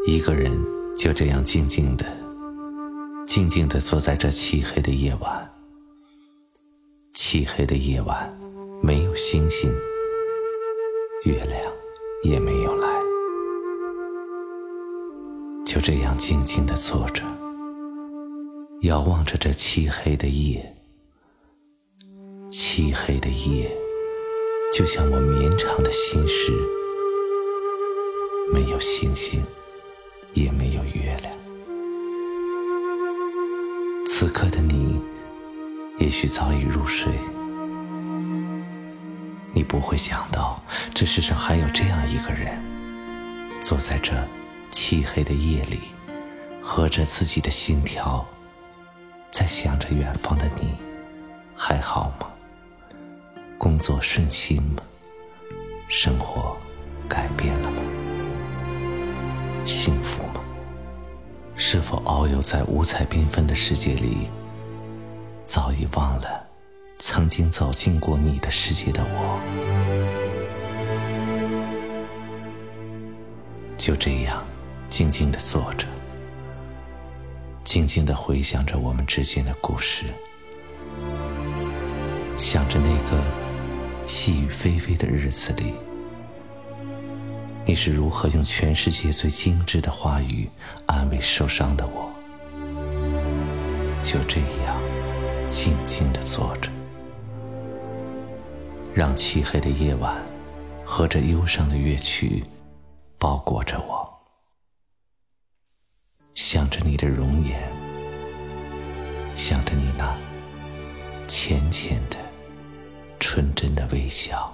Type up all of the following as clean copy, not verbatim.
一个人就这样静静地坐在这漆黑的夜晚。漆黑的夜晚，没有星星，月亮也没有来，就这样静静地坐着，遥望着这漆黑的夜。漆黑的夜，就像我绵长的心事，没有星星，也没有月亮。此刻的你，也许早已入睡，你不会想到这世上还有这样一个人，坐在这漆黑的夜里，和着自己的心跳，在想着远方的你还好吗？工作顺心吗？生活改变了吗？幸福吗？是否遨游在五彩缤纷的世界里，早已忘了曾经走进过你的世界的我？就这样静静地坐着，静静地回想着我们之间的故事，想着那个细雨霏霏的日子里，你是如何用全世界最精致的话语安慰受伤的我。就这样静静地坐着，让漆黑的夜晚和着忧伤的乐曲包裹着我，想着你的容颜，想着你那浅浅的纯真的微笑，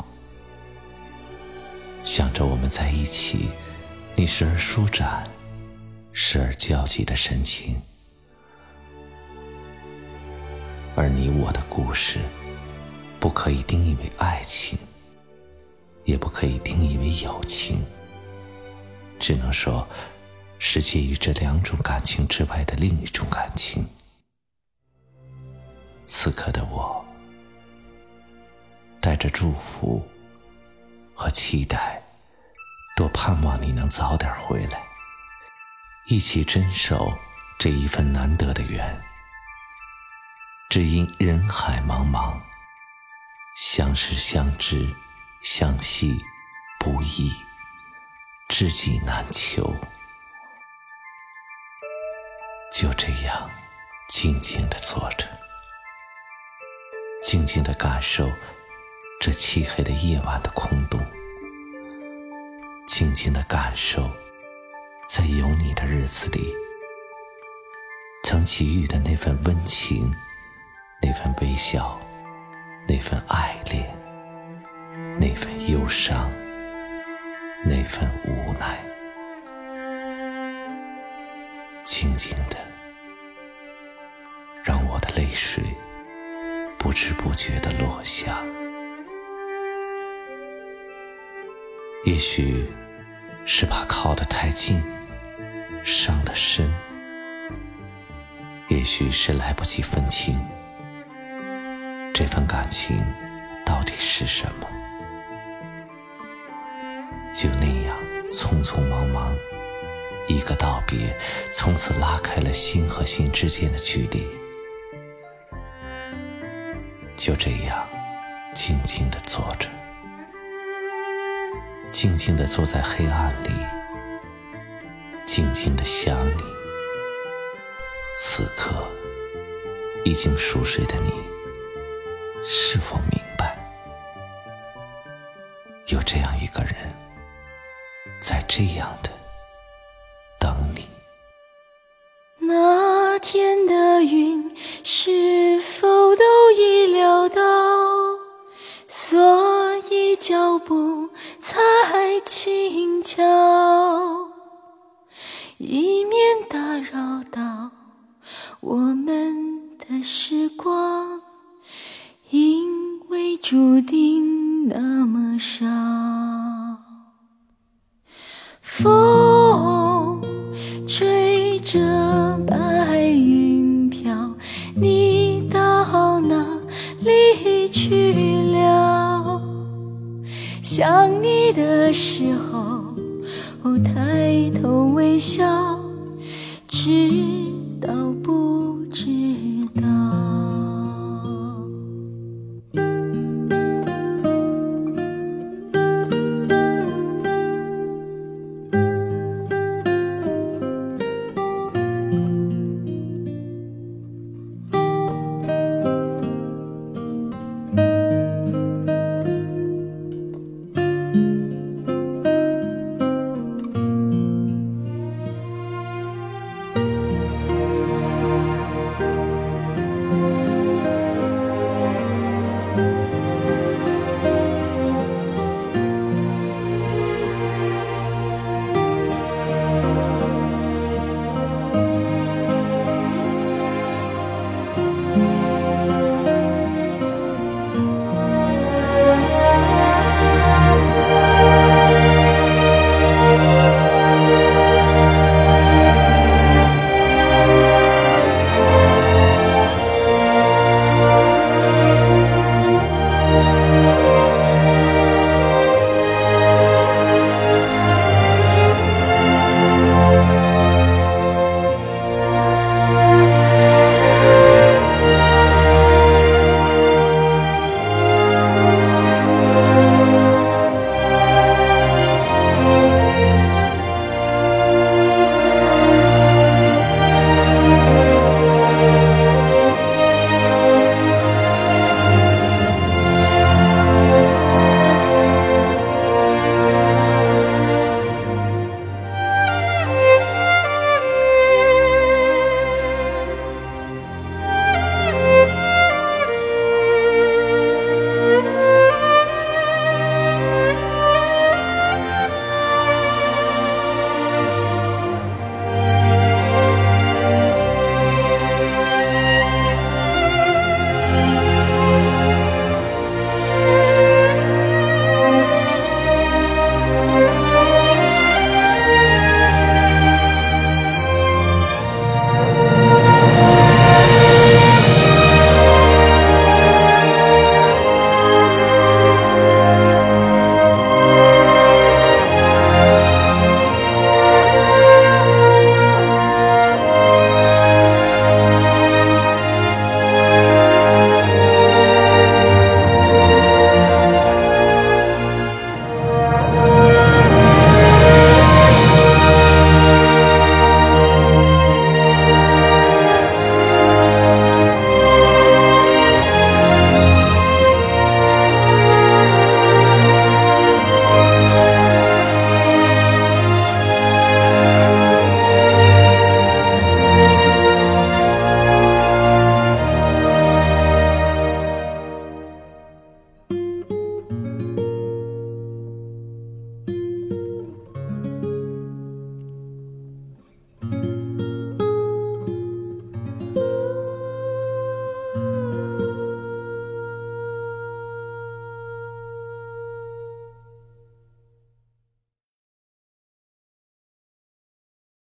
想着我们在一起，你时而舒展，时而焦急的神情，而你我的故事，不可以定义为爱情，也不可以定义为友情，只能说是介于这两种感情之外的另一种感情。此刻的我，带着祝福和期待，多盼望你能早点回来，一起珍守这一份难得的缘。只因人海茫茫，相识相知相惜不易，知己难求。就这样静静地坐着，静静地感受这漆黑的夜晚的空洞，静静地感受在有你的日子里曾给予的那份温情，那份微笑，那份爱恋，那份忧伤，那份无奈。静静的让我的泪水不知不觉地落下。也许是怕靠得太近，伤得深，也许是来不及分清这份感情到底是什么。就那样匆匆忙忙，一个道别，从此拉开了心和心之间的距离。就这样静静地坐着，静静地坐在黑暗里，静静地想你。此刻已经熟睡的你，是否明白，有这样一个人在这样的等你。 那天的云是否都已料到，所以脚步才轻巧，以免打扰到我们的时光，因为注定那么少。风吹着白云飘，你到哪里去了？想你的时候， 后抬头微笑，知道不知